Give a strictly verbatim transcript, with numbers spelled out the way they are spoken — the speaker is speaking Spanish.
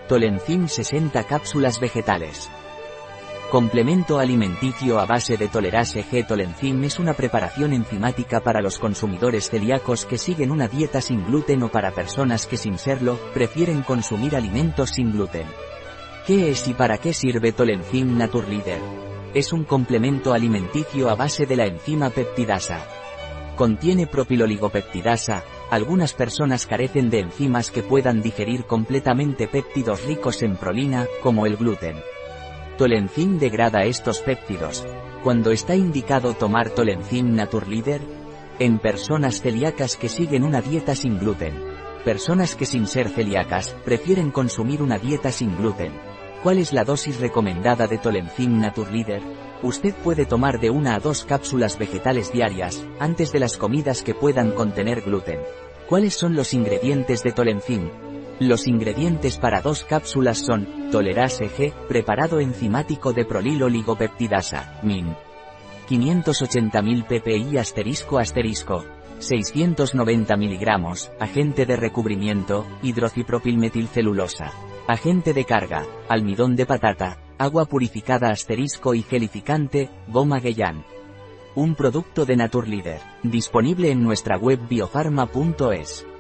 Tolenzin sesenta cápsulas vegetales. Complemento alimenticio a base de Tolerase G. Tolenzin es una preparación enzimática para los consumidores celíacos que siguen una dieta sin gluten o para personas que sin serlo, prefieren consumir alimentos sin gluten. ¿Qué es y para qué sirve Tolenzin Naturleader? Es un complemento alimenticio a base de la enzima peptidasa. Contiene propiloligopeptidasa. Algunas personas carecen de enzimas que puedan digerir completamente péptidos ricos en prolina, como el gluten. Tolenzin degrada estos péptidos. ¿Cuándo está indicado tomar Tolenzin Naturleader? En personas celíacas que siguen una dieta sin gluten. Personas que sin ser celíacas, prefieren consumir una dieta sin gluten. ¿Cuál es la dosis recomendada de Tolenzin Naturleader? Usted puede tomar de una a dos cápsulas vegetales diarias, antes de las comidas que puedan contener gluten. ¿Cuáles son los ingredientes de Tolenzin? Los ingredientes para dos cápsulas son: Tolerase G, preparado enzimático de proliloligopeptidasa, min. quinientos ochenta mil ppy asterisco asterisco. seiscientos noventa miligramos, agente de recubrimiento, hidroxipropilmetilcelulosa. Agente de carga, almidón de patata, agua purificada asterisco y gelificante, goma Gueyán. Un producto de Naturleader, disponible en nuestra web biofarma punto es.